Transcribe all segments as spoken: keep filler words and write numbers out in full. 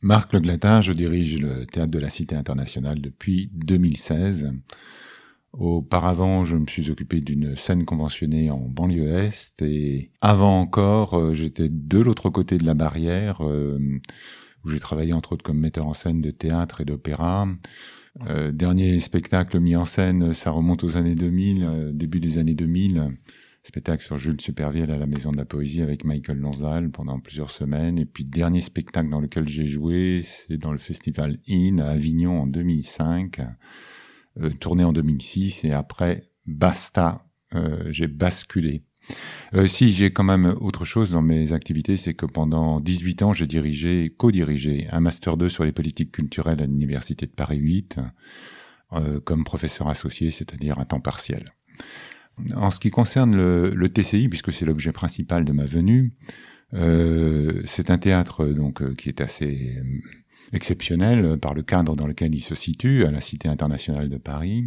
Marc Le Glatin, je dirige le Théâtre de la Cité Internationale depuis deux mille seize. Auparavant, je me suis occupé d'une scène conventionnée en banlieue Est et avant encore, j'étais de l'autre côté de la barrière euh, où j'ai travaillé entre autres comme metteur en scène de théâtre et d'opéra. Euh, dernier spectacle mis en scène, ça remonte aux années deux mille, euh, début des années deux mille. Spectacle sur Jules Supervielle à la Maison de la Poésie avec Michael Lonzal pendant plusieurs semaines. Et puis, dernier spectacle dans lequel j'ai joué, c'est dans le Festival In à Avignon en deux mille cinq, euh, tourné en deux mille six, et après, basta, euh, j'ai basculé. Euh, si, j'ai quand même autre chose dans mes activités, c'est que pendant dix-huit ans, j'ai dirigé, co-dirigé un Master deux sur les politiques culturelles à l'Université de Paris huit, euh, comme professeur associé, c'est-à-dire à temps partiel. En ce qui concerne le, le T C I, puisque c'est l'objet principal de ma venue, euh, c'est un théâtre donc euh, qui est assez euh, exceptionnel par le cadre dans lequel il se situe, à la Cité internationale de Paris,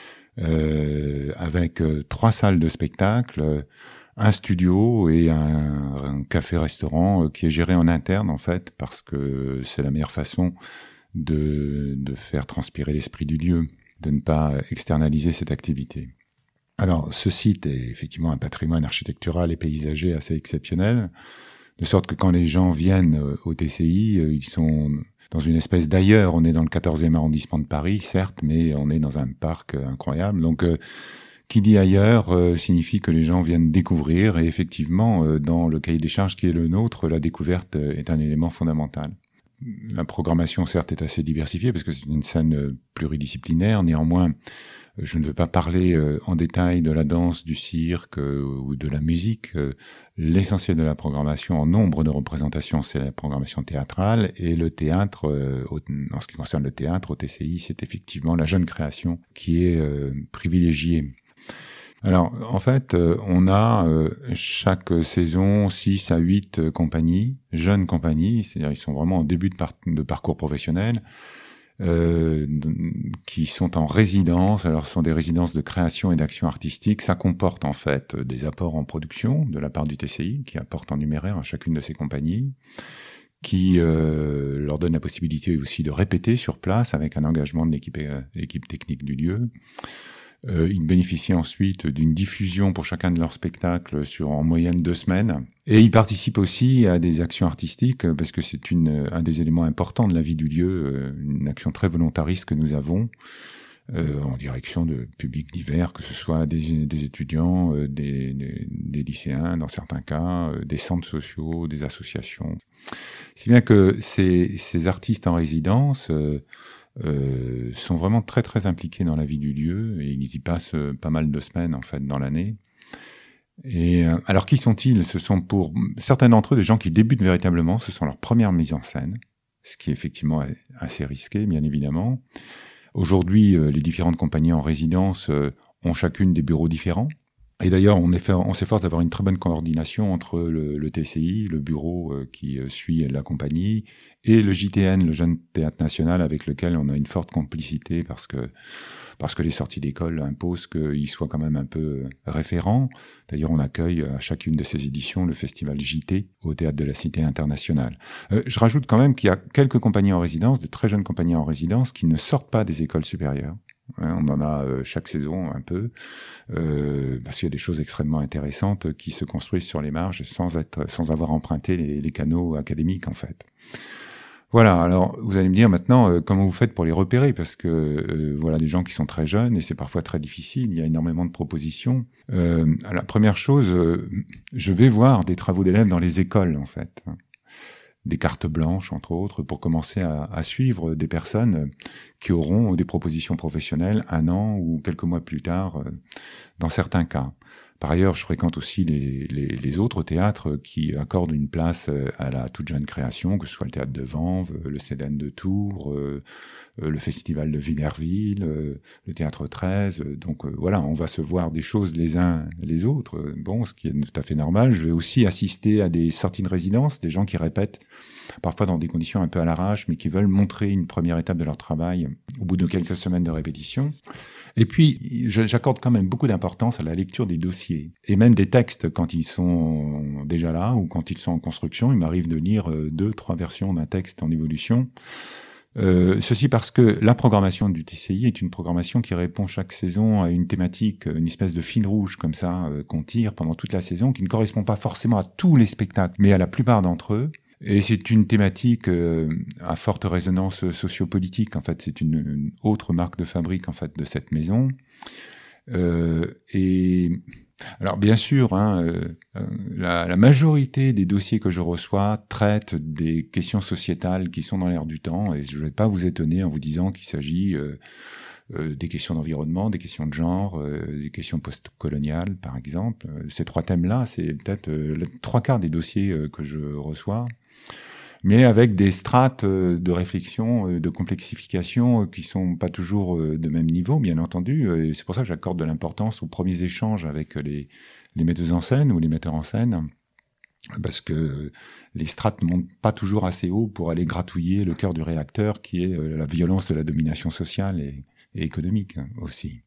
euh, avec euh, trois salles de spectacle, un studio et un, un café-restaurant euh, qui est géré en interne en fait, parce que c'est la meilleure façon de, de faire transpirer l'esprit du lieu, de ne pas externaliser cette activité. Alors, ce site est effectivement un patrimoine architectural et paysager assez exceptionnel, de sorte que quand les gens viennent au T C I, ils sont dans une espèce d'ailleurs. On est dans le quatorzième arrondissement de Paris, certes, mais on est dans un parc incroyable. Donc, euh, qui dit ailleurs euh, signifie que les gens viennent découvrir, et effectivement, euh, dans le cahier des charges qui est le nôtre, la découverte est un élément fondamental. La programmation, certes, est assez diversifiée, parce que c'est une scène pluridisciplinaire. Néanmoins, je ne veux pas parler euh, en détail de la danse, du cirque euh, ou de la musique. Euh, l'essentiel de la programmation en nombre de représentations, c'est la programmation théâtrale. Et le théâtre, euh, au, en ce qui concerne le théâtre, au T C I, c'est effectivement la jeune création qui est euh, privilégiée. Alors, en fait, euh, on a euh, chaque saison six à huit euh, compagnies, jeunes compagnies, c'est-à-dire ils sont vraiment en début de, par- de parcours professionnel, euh, qui sont en résidence. Alors, ce sont des résidences de création et d'action artistique. Ça comporte en fait des apports en production de la part du T C I, qui apporte en numéraire à chacune de ces compagnies, qui euh, leur donne la possibilité aussi de répéter sur place avec un engagement de l'équipe, euh, l'équipe technique du lieu. Euh, ils bénéficient ensuite d'une diffusion pour chacun de leurs spectacles sur en moyenne deux semaines. Et ils participent aussi à des actions artistiques parce que c'est une, un des éléments importants de la vie du lieu, une action très volontariste que nous avons euh, en direction de publics divers, que ce soit des, des étudiants, euh, des, des, des lycéens dans certains cas, euh, des centres sociaux, des associations. Si bien que ces, ces artistes en résidence euh, Euh, sont vraiment très très impliqués dans la vie du lieu et ils y passent euh, pas mal de semaines en fait dans l'année. Et euh, alors qui sont-ils ? Ce sont pour certains d'entre eux des gens qui débutent véritablement, ce sont leurs premières mises en scène, ce qui est effectivement assez risqué bien évidemment. Aujourd'hui, euh, les différentes compagnies en résidence euh, ont chacune des bureaux différents. Et d'ailleurs, on, est fait, on s'efforce d'avoir une très bonne coordination entre le, le T C I, le bureau euh, qui euh, suit la compagnie, et le J T N, le Jeune Théâtre National, avec lequel on a une forte complicité parce que parce que les sorties d'école imposent qu'il soit quand même un peu référent. D'ailleurs, on accueille à chacune de ces éditions le festival J T au Théâtre de la Cité Internationale. Euh, je rajoute quand même qu'il y a quelques compagnies en résidence, de très jeunes compagnies en résidence, qui ne sortent pas des écoles supérieures. On en a euh, chaque saison un peu, euh, parce qu'il y a des choses extrêmement intéressantes qui se construisent sur les marges sans être, sans avoir emprunté les, les canaux académiques en fait. Voilà. Alors vous allez me dire maintenant euh, comment vous faites pour les repérer, parce que euh, voilà des gens qui sont très jeunes et c'est parfois très difficile. Il y a énormément de propositions. Euh, la première chose, euh, je vais voir des travaux d'élèves dans les écoles en fait. Des cartes blanches, entre autres, pour commencer à, à suivre des personnes qui auront des propositions professionnelles un an ou quelques mois plus tard, dans certains cas. Par ailleurs, je fréquente aussi les, les, les autres théâtres qui accordent une place à la toute jeune création, que ce soit le théâtre de Vanves, le Cédène de Tours, euh, le festival de Villerville, euh, le théâtre treize. Donc euh, voilà, on va se voir des choses les uns les autres. Bon, ce qui est tout à fait normal. Je vais aussi assister à des sorties de résidence, des gens qui répètent parfois dans des conditions un peu à l'arrache, mais qui veulent montrer une première étape de leur travail au bout de quelques semaines de répétition. Et puis, j'accorde quand même beaucoup d'importance à la lecture des dossiers dossiers et même des textes quand ils sont déjà là ou quand ils sont en construction. Il m'arrive de lire deux, trois versions d'un texte en évolution. Euh, ceci parce que la programmation du T C I est une programmation qui répond chaque saison à une thématique, une espèce de fil rouge comme ça euh, qu'on tire pendant toute la saison, qui ne correspond pas forcément à tous les spectacles, mais à la plupart d'entre eux. Et c'est une thématique euh, à forte résonance sociopolitique. En fait, c'est une, une autre marque de fabrique en fait de cette maison. Euh, et alors bien sûr, hein, euh, la, la majorité des dossiers que je reçois traitent des questions sociétales qui sont dans l'air du temps, et je ne vais pas vous étonner en vous disant qu'il s'agit euh, euh, des questions d'environnement, des questions de genre, euh, des questions post-coloniales, par exemple. Ces trois thèmes-là, c'est peut-être euh, les trois quarts des dossiers euh, que je reçois, mais avec des strates euh, de réflexion, euh, de complexification euh, qui sont pas toujours euh, de même niveau, bien entendu. Et c'est pour ça que j'accorde de l'importance aux premiers échanges avec les, les metteuses en scène ou les metteurs en scène, parce que les strates ne montent pas toujours assez haut pour aller gratouiller le cœur du réacteur, qui est euh, la violence de la domination sociale et, et économique hein, aussi.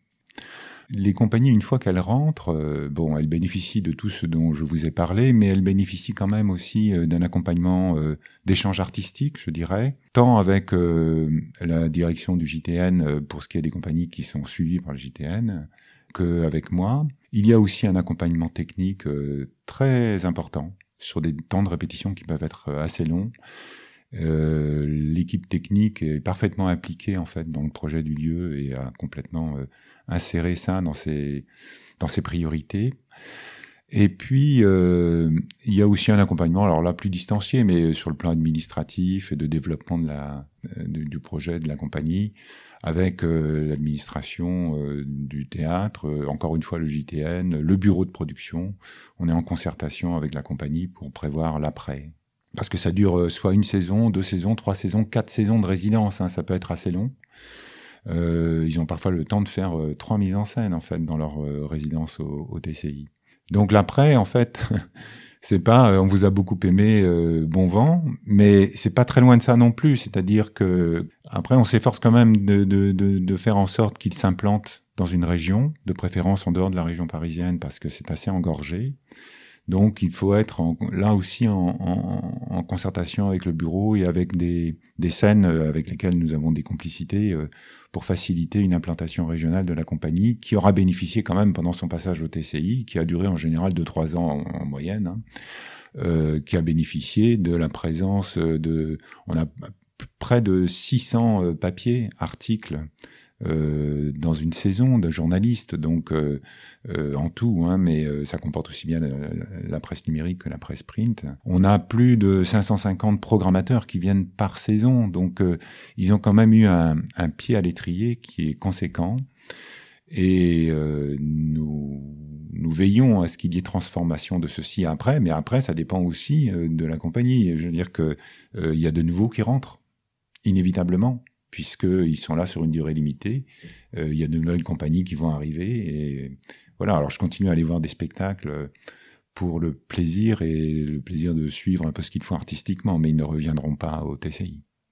Les compagnies, une fois qu'elles rentrent, euh, bon, elles bénéficient de tout ce dont je vous ai parlé, mais elles bénéficient quand même aussi euh, d'un accompagnement euh, d'échanges artistiques, je dirais, tant avec euh, la direction du J T N euh, pour ce qui est des compagnies qui sont suivies par le J T N, qu'avec moi. Il y a aussi un accompagnement technique euh, très important sur des temps de répétition qui peuvent être assez longs. Euh, l'équipe technique est parfaitement impliquée en fait dans le projet du lieu et a complètement euh, inséré ça dans ses dans ses priorités. Et puis euh, il y a aussi un accompagnement, alors là plus distancié, mais sur le plan administratif et de développement de la du, du projet de la compagnie, avec euh, l'administration euh, du théâtre, euh, encore une fois le J T N, le bureau de production. On est en concertation avec la compagnie pour prévoir l'après. Parce que ça dure soit une saison, deux saisons, trois saisons, quatre saisons de résidence, hein, ça peut être assez long. Euh, ils ont parfois le temps de faire euh, trois mises en scène en fait dans leur euh, résidence au, au T C I. Donc l'après, en fait, c'est pas euh, on vous a beaucoup aimé, euh, bon vent, mais c'est pas très loin de ça non plus. C'est-à-dire que après, on s'efforce quand même de, de, de, de faire en sorte qu'ils s'implantent dans une région, de préférence en dehors de la région parisienne, parce que c'est assez engorgé. Donc, il faut être en, là aussi en, en, en concertation avec le bureau et avec des, des scènes avec lesquelles nous avons des complicités euh, pour faciliter une implantation régionale de la compagnie qui aura bénéficié quand même pendant son passage au T C I, qui a duré en général deux trois ans en, en moyenne, hein, euh, qui a bénéficié de la présence de... On a près de six cents papiers, articles, Euh, dans une saison de journalistes, donc euh, euh, en tout, hein, mais euh, ça comporte aussi bien la, la presse numérique que la presse print. On a plus de cinq cent cinquante programmateurs qui viennent par saison, donc euh, ils ont quand même eu un, un pied à l'étrier qui est conséquent, et euh, nous, nous veillons à ce qu'il y ait transformation de ceci après, mais après ça dépend aussi euh, de la compagnie. Je veux dire que euh, il y a de nouveaux qui rentrent, inévitablement, puisqu'ils sont là sur une durée limitée. Euh, il y a de nouvelles compagnies qui vont arriver. Et voilà, alors je continue à aller voir des spectacles pour le plaisir et le plaisir de suivre un peu ce qu'ils font artistiquement, mais ils ne reviendront pas au T C I.